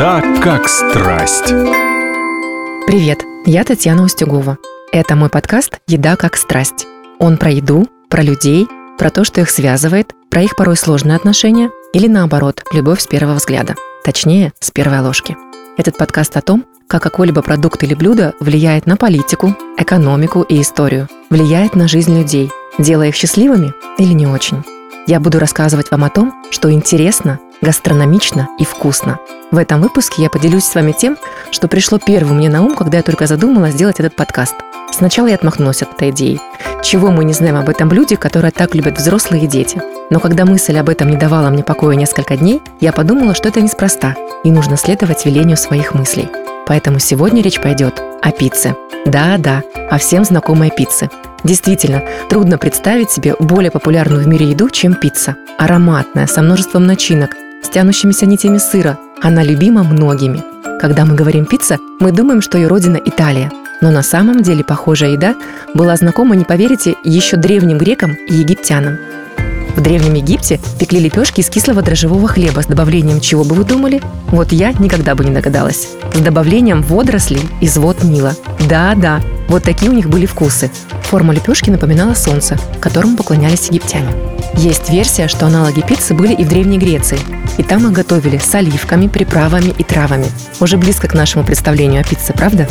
Еда как страсть. Привет, я Татьяна Устюгова. Это мой подкаст «Еда как страсть». Он про еду, про людей, про то, что их связывает, про их порой сложные отношения или, наоборот, любовь с первого взгляда. Точнее, с первой ложки. Этот подкаст о том, как какой-либо продукт или блюдо влияет на политику, экономику и историю, влияет на жизнь людей, делая их счастливыми или не очень. Я буду рассказывать вам о том, что интересно, гастрономично и вкусно. В этом выпуске я поделюсь с вами тем, что пришло первым мне на ум, когда я только задумала сделать этот подкаст. Сначала я отмахнулась от этой идеи. Чего мы не знаем об этом блюде, которое так любят взрослые и дети? Но когда мысль об этом не давала мне покоя несколько дней, я подумала, что это неспроста, и нужно следовать велению своих мыслей. Поэтому сегодня речь пойдет о пицце. Да-да, о всем знакомой пицце. Действительно, трудно представить себе более популярную в мире еду, чем пицца. Ароматная, со множеством начинок, с тянущимися нитями сыра. Она любима многими. Когда мы говорим «пицца», мы думаем, что ее родина Италия. Но на самом деле похожая еда была знакома, не поверите, еще древним грекам и египтянам. В Древнем Египте пекли лепешки из кислого дрожжевого хлеба, с добавлением чего бы вы думали? Вот я никогда бы не догадалась. С добавлением водорослей из вод Нила. Да-да, вот такие у них были вкусы. Форма лепешки напоминала солнце, которому поклонялись египтяне. Есть версия, что аналоги пиццы были и в Древней Греции. И там их готовили с оливками, приправами и травами. Уже близко к нашему представлению о пицце, правда?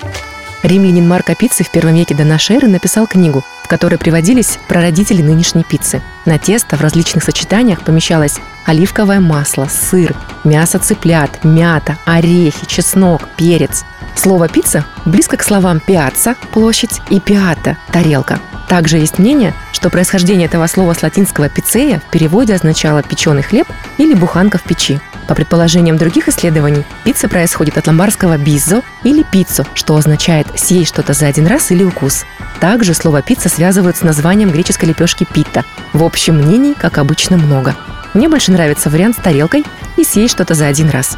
Римлянин Марк Апиций в первом веке до нашей эры написал книгу, в которой приводились прародители нынешней пиццы. На тесто в различных сочетаниях помещалось оливковое масло, сыр, мясо цыплят, мята, орехи, чеснок, перец. Слово «пицца» близко к словам «пиацца» – площадь и «пиата» – тарелка. Также есть мнение, что происхождение этого слова с латинского «пиццея» в переводе означало «печеный хлеб» или «буханка в печи». По предположениям других исследований, пицца происходит от ломбардского «биззо» или «пиццо», что означает «съесть что-то за один раз» или «укус». Также слово «пицца» связывают с названием греческой лепешки «пита». В общем, мнений, как обычно, много. Мне больше нравится вариант с тарелкой и съесть что-то за один раз.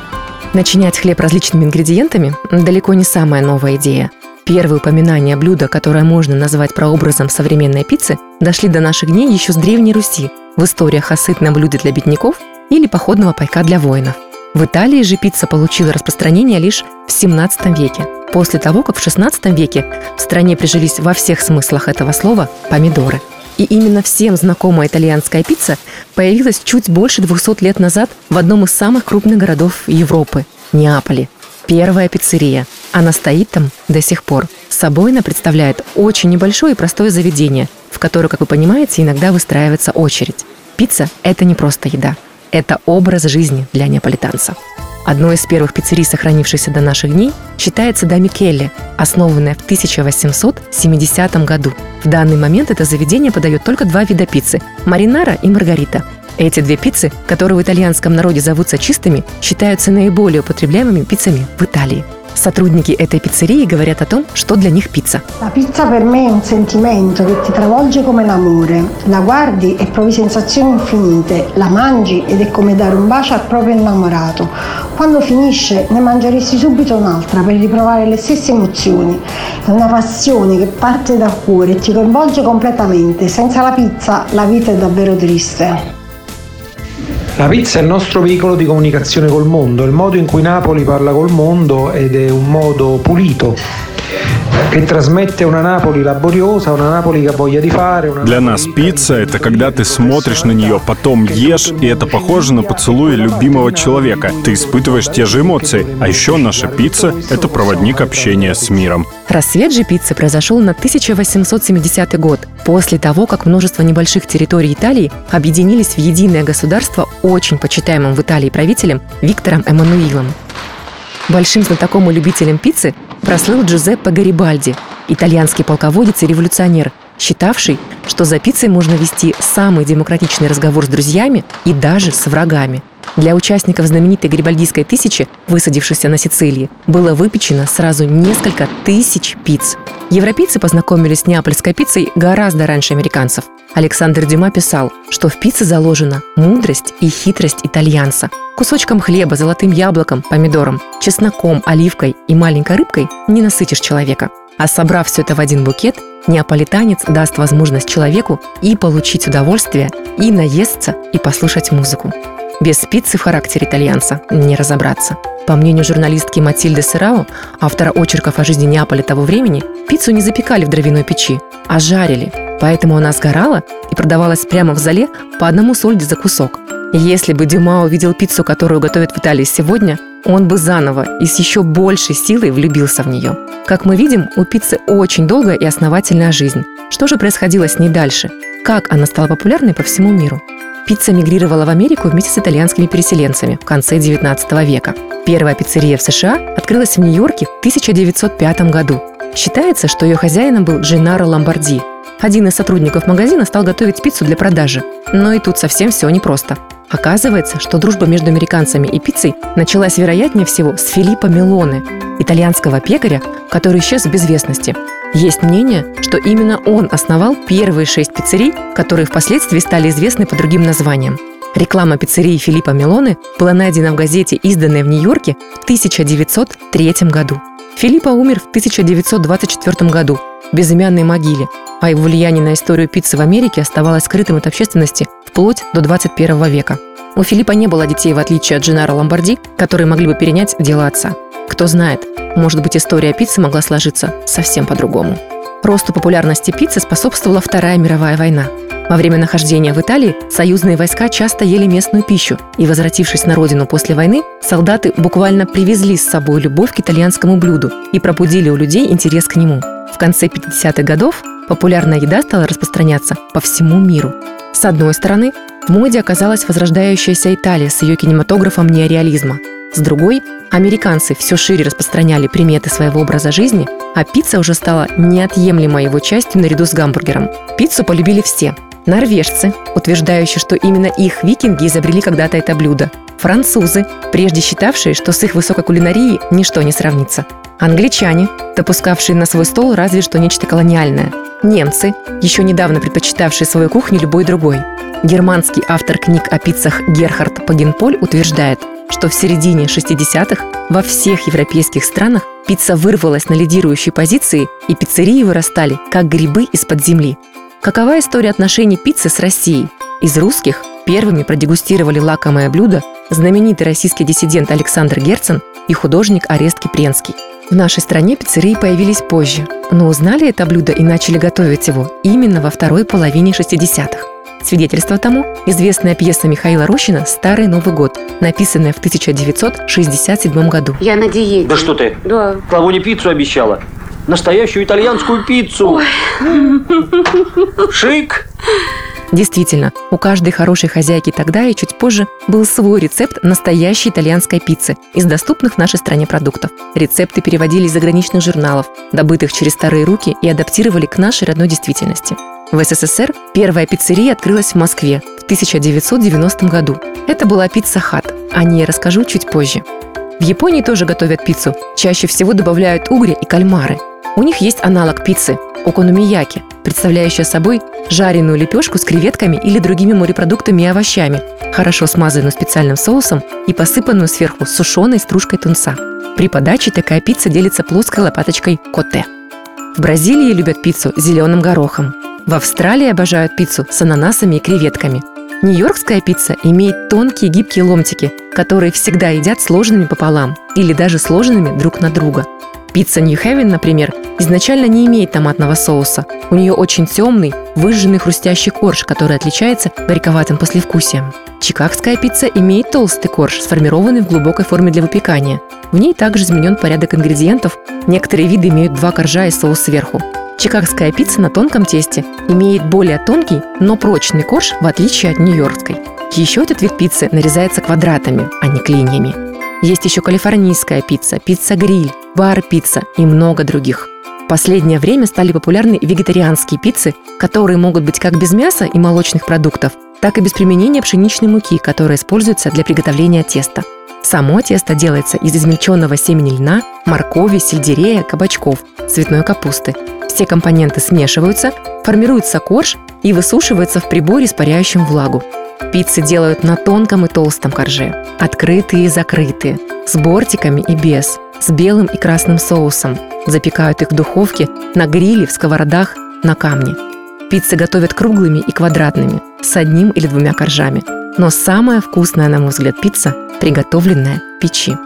Начинять хлеб различными ингредиентами – далеко не самая новая идея. Первые упоминания блюда, которое можно назвать прообразом современной пиццы, дошли до наших дней еще с Древней Руси, в историях о сытном блюде для бедняков или походного пайка для воинов. В Италии же пицца получила распространение лишь в XVII веке, после того, как в XVI веке в стране прижились во всех смыслах этого слова помидоры. И именно всем знакомая итальянская пицца появилась чуть больше 200 лет назад в одном из самых крупных городов Европы – Неаполе. Первая пиццерия. Она стоит там до сих пор. Собой она представляет очень небольшое и простое заведение, в которое, как вы понимаете, иногда выстраивается очередь. Пицца – это не просто еда. Это образ жизни для неаполитанца. Одной из первых пиццерий, сохранившихся до наших дней, считается Да Микелле, основанная в 1870 году. В данный момент это заведение подает только два вида пиццы – маринара и маргарита. Эти две пиццы, которые в итальянском народе зовутся чистыми, считаются наиболее употребляемыми пиццами в Италии. Сотрудники этой пиццерии говорят о том, что для них пицца. La pizza per me è un sentimento che ti travolge come l'amore. La guardi e provi sensazioni infinite, la mangi ed è come dare un bacio al proprio innamorato. Quando finisce ne mangeresti subito un'altra per riprovare le stesse emozioni. È una passione che parte dal cuore e ti coinvolge completamente. Senza la pizza la vita è davvero triste. La pizza è il nostro veicolo di comunicazione col mondo, il modo in cui Napoli parla col mondo ed è un modo pulito che trasmette una Napoli laboriosa, una Napoli che ha voglia di fare. Для нас пицца — это когда ты смотришь на нее, потом ешь, и это похоже на поцелуй любимого человека. Ты испытываешь те же эмоции. А еще наша пицца — это проводник общения с миром. Рассвет же пиццы произошел на 1870 год, после того, как множество небольших территорий Италии объединились в единое государство очень почитаемым в Италии правителем Виктором Эммануилом. Большим знатоком и любителем пиццы прослыл Джузеппе Гарибальди, итальянский полководец и революционер, считавший, что за пиццей можно вести самый демократичный разговор с друзьями и даже с врагами. Для участников знаменитой Гарибальдийской тысячи, высадившейся на Сицилии, было выпечено сразу несколько тысяч пицц. Европейцы познакомились с неапольской пиццей гораздо раньше американцев. Александр Дюма писал, что в пицце заложена мудрость и хитрость итальянца. Кусочком хлеба, золотым яблоком, помидором, чесноком, оливкой и маленькой рыбкой не насытишь человека. А собрав все это в один букет, неаполитанец даст возможность человеку и получить удовольствие, и наесться, и послушать музыку. Без пиццы в характере итальянца не разобраться. По мнению журналистки Матильды Серао, автора очерков о жизни Неаполя того времени, пиццу не запекали в дровяной печи, а жарили. Поэтому она сгорала и продавалась прямо в зале по одному сольди за кусок. Если бы Дюма увидел пиццу, которую готовят в Италии сегодня, он бы заново и с еще большей силой влюбился в нее. Как мы видим, у пиццы очень долгая и основательная жизнь. Что же происходило с ней дальше? Как она стала популярной по всему миру? Пицца мигрировала в Америку вместе с итальянскими переселенцами в конце XIX века. Первая пиццерия в США открылась в Нью-Йорке в 1905 году. Считается, что ее хозяином был Дженнаро Ломбарди. Один из сотрудников магазина стал готовить пиццу для продажи. Но и тут совсем все непросто. Оказывается, что дружба между американцами и пиццей началась, вероятнее всего, с Филиппо Мелоне, итальянского пекаря, который исчез в безвестности. Есть мнение, что именно он основал первые 6 пиццерий, которые впоследствии стали известны по другим названиям. Реклама пиццерии Филиппо Мелоне была найдена в газете, изданной в Нью-Йорке в 1903 году. Филиппо умер в 1924 году в безымянной могиле, а его влияние на историю пиццы в Америке оставалось скрытым от общественности вплоть до 21 века. У Филиппо не было детей, в отличие от Дженнаро Ломбарди, которые могли бы перенять дело отца. Кто знает, может быть, история пиццы могла сложиться совсем по-другому. Росту популярности пиццы способствовала Вторая мировая война. Во время нахождения в Италии союзные войска часто ели местную пищу, и, возвратившись на родину после войны, солдаты буквально привезли с собой любовь к итальянскому блюду и пробудили у людей интерес к нему. В конце 50-х годов популярная еда стала распространяться по всему миру. С одной стороны, в моде оказалась возрождающаяся Италия с ее кинематографом неореализма. С другой, американцы все шире распространяли приметы своего образа жизни, а пицца уже стала неотъемлемой его частью наряду с гамбургером. Пиццу полюбили все. Норвежцы, утверждающие, что именно их викинги изобрели когда-то это блюдо. Французы, прежде считавшие, что с их высокой кулинарией ничто не сравнится. Англичане, допускавшие на свой стол разве что нечто колониальное. Немцы, еще недавно предпочитавшие свою кухню любой другой. Германский автор книг о пиццах Герхард Пагенполь утверждает, что в середине 60-х во всех европейских странах пицца вырвалась на лидирующие позиции, и пиццерии вырастали, как грибы из-под земли. Какова история отношений пиццы с Россией? Из русских первыми продегустировали лакомое блюдо знаменитый российский диссидент Александр Герцен и художник Орест Кипренский. В нашей стране пиццерии появились позже, но узнали это блюдо и начали готовить его именно во второй половине 60-х. Свидетельство тому – известная пьеса Михаила Рощина «Старый Новый год», написанная в 1967 году. Я на диете. Да что ты? Да. Клавоне пиццу обещала. Настоящую итальянскую пиццу. Ой. Шик. Действительно, у каждой хорошей хозяйки тогда и чуть позже был свой рецепт настоящей итальянской пиццы из доступных в нашей стране продуктов. Рецепты переводили из заграничных журналов, добытых через старые руки, и адаптировали к нашей родной действительности. В СССР первая пиццерия открылась в Москве в 1990 году. Это была Пицца Хат. О ней расскажу чуть позже. В Японии тоже готовят пиццу. Чаще всего добавляют угри и кальмары. У них есть аналог пиццы – окономияки, представляющая собой жареную лепешку с креветками или другими морепродуктами и овощами, хорошо смазанную специальным соусом и посыпанную сверху сушеной стружкой тунца. При подаче такая пицца делится плоской лопаточкой котте. В Бразилии любят пиццу с зеленым горохом. В Австралии обожают пиццу с ананасами и креветками. Нью-йоркская пицца имеет тонкие гибкие ломтики, которые всегда едят сложенными пополам или даже сложенными друг на друга. Пицца New Haven, например, изначально не имеет томатного соуса. У нее очень темный, выжженный хрустящий корж, который отличается горьковатым послевкусием. Чикагская пицца имеет толстый корж, сформированный в глубокой форме для выпекания. В ней также изменен порядок ингредиентов. Некоторые виды имеют 2 коржа и соус сверху. Чикагская пицца на тонком тесте имеет более тонкий, но прочный корж, в отличие от нью-йоркской. Еще этот вид пиццы нарезается квадратами, а не клиньями. Есть еще калифорнийская пицца, пицца-гриль, бар-пицца и много других. В последнее время стали популярны вегетарианские пиццы, которые могут быть как без мяса и молочных продуктов, так и без применения пшеничной муки, которая используется для приготовления теста. Само тесто делается из измельченного семени льна, моркови, сельдерея, кабачков, цветной капусты. Все компоненты смешиваются, формируется корж и высушивается в приборе, испаряющем влагу. Пиццы делают на тонком и толстом корже, открытые и закрытые, с бортиками и без, с белым и красным соусом. Запекают их в духовке, на гриле, в сковородах, на камне. Пиццы готовят круглыми и квадратными, с 1 или 2 коржами. Но самая вкусная, на мой взгляд, пицца, приготовленная в печи.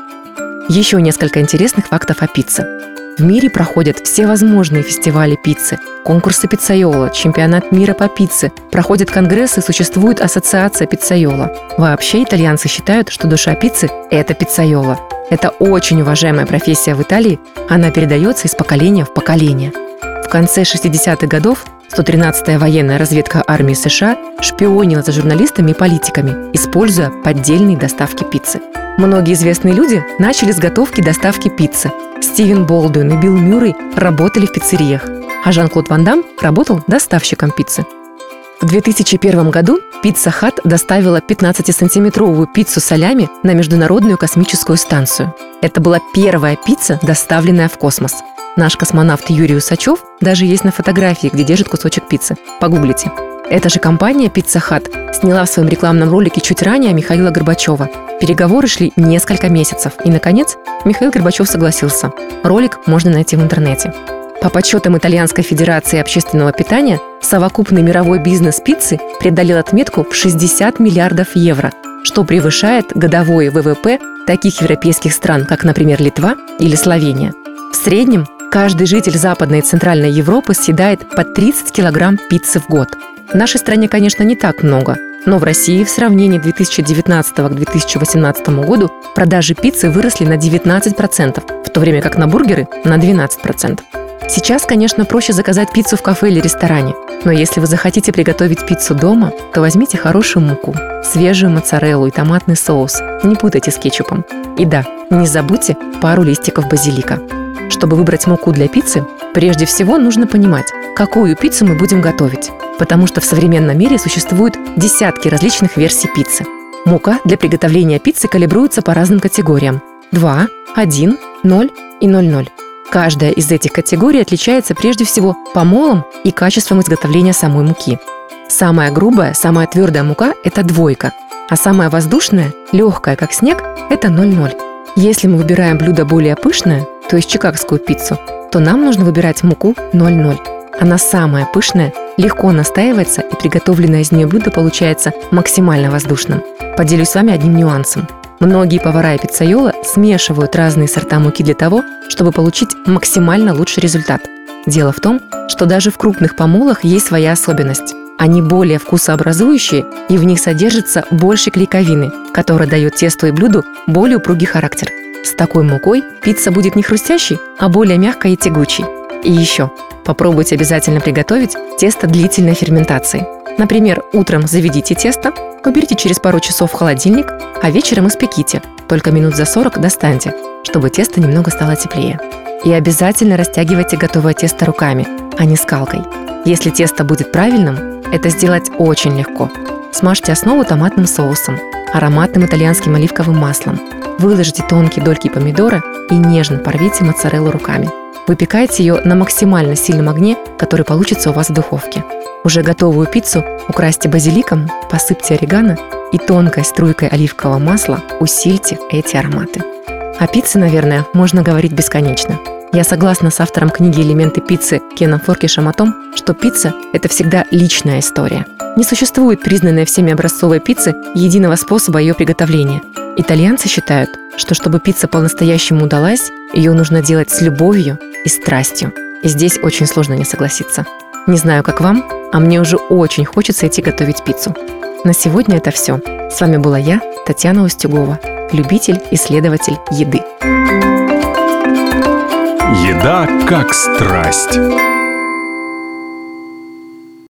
Еще несколько интересных фактов о пицце. В мире проходят всевозможные фестивали пиццы, конкурсы пиццайола, чемпионат мира по пицце, проходят конгрессы, существует ассоциация пиццайола. Вообще итальянцы считают, что душа пиццы – это пиццайола. Это очень уважаемая профессия в Италии, она передается из поколения в поколение. В конце 60-х годов 113-я военная разведка армии США шпионила за журналистами и политиками, используя поддельные доставки пиццы. Многие известные люди начали с готовки доставки пиццы. Стивен Болдуин и Билл Мюррей работали в пиццериях, а Жан-Клод Ван Дамм работал доставщиком пиццы. В 2001 году Pizza Hut доставила 15-сантиметровую пиццу салями на Международную космическую станцию. Это была первая пицца, доставленная в космос. Наш космонавт Юрий Усачев даже есть на фотографии, где держит кусочек пиццы. Погуглите. Эта же компания Pizza Hut сняла в своем рекламном ролике чуть ранее Михаила Горбачева. Переговоры шли несколько месяцев, и, наконец, Михаил Горбачев согласился. Ролик можно найти в интернете. По подсчетам Итальянской Федерации общественного питания, совокупный мировой бизнес пиццы преодолел отметку в 60 миллиардов евро, что превышает годовой ВВП таких европейских стран, как, например, Литва или Словения. В среднем каждый житель Западной и Центральной Европы съедает по 30 килограмм пиццы в год. В нашей стране, конечно, не так много, но в России в сравнении 2019 к 2018 году продажи пиццы выросли на 19%, в то время как на бургеры – на 12%. Сейчас, конечно, проще заказать пиццу в кафе или ресторане, но если вы захотите приготовить пиццу дома, то возьмите хорошую муку, свежую моцареллу и томатный соус, не путайте с кетчупом. И да, не забудьте пару листиков базилика. Чтобы выбрать муку для пиццы, прежде всего нужно понимать, какую пиццу мы будем готовить, потому что в современном мире существуют десятки различных версий пиццы. Мука для приготовления пиццы калибруется по разным категориям – 2, 1, 0 и 0,0. Каждая из этих категорий отличается прежде всего помолом и качеством изготовления самой муки. Самая грубая, самая твердая мука – это 2, а самая воздушная, легкая, как снег – это 0,0. Если мы выбираем блюдо более пышное, то есть чикагскую пиццу, то нам нужно выбирать муку 0,0. Она самая пышная, легко настаивается, и приготовленное из нее блюдо получается максимально воздушным. Поделюсь с вами одним нюансом. Многие повара и пиццайолы смешивают разные сорта муки для того, чтобы получить максимально лучший результат. Дело в том, что даже в крупных помолах есть своя особенность. Они более вкусообразующие, и в них содержится больше клейковины, которая дает тесту и блюду более упругий характер. С такой мукой пицца будет не хрустящей, а более мягкой и тягучей. И еще, попробуйте обязательно приготовить тесто длительной ферментации. Например, утром заведите тесто, уберите через пару часов в холодильник, а вечером испеките, только минут за 40 достаньте, чтобы тесто немного стало теплее. И обязательно растягивайте готовое тесто руками, а не скалкой. Если тесто будет правильным, это сделать очень легко. Смажьте основу томатным соусом, ароматным итальянским оливковым маслом. Выложите тонкие дольки помидора и нежно порвите моцареллу руками. Выпекайте ее на максимально сильном огне, который получится у вас в духовке. Уже готовую пиццу украсьте базиликом, посыпьте орегано и тонкой струйкой оливкового масла усильте эти ароматы. О пицце, наверное, можно говорить бесконечно. Я согласна с автором книги «Элементы пиццы» Кеном Форкишем о том, что пицца – это всегда личная история. Не существует признанной всеми образцовой пиццы единого способа ее приготовления. Итальянцы считают, что чтобы пицца по-настоящему удалась, ее нужно делать с любовью и страстью. И здесь очень сложно не согласиться. Не знаю, как вам, а мне уже очень хочется идти готовить пиццу. На сегодня это все. С вами была я, Татьяна Устюгова, любитель, исследователь еды. Еда как страсть.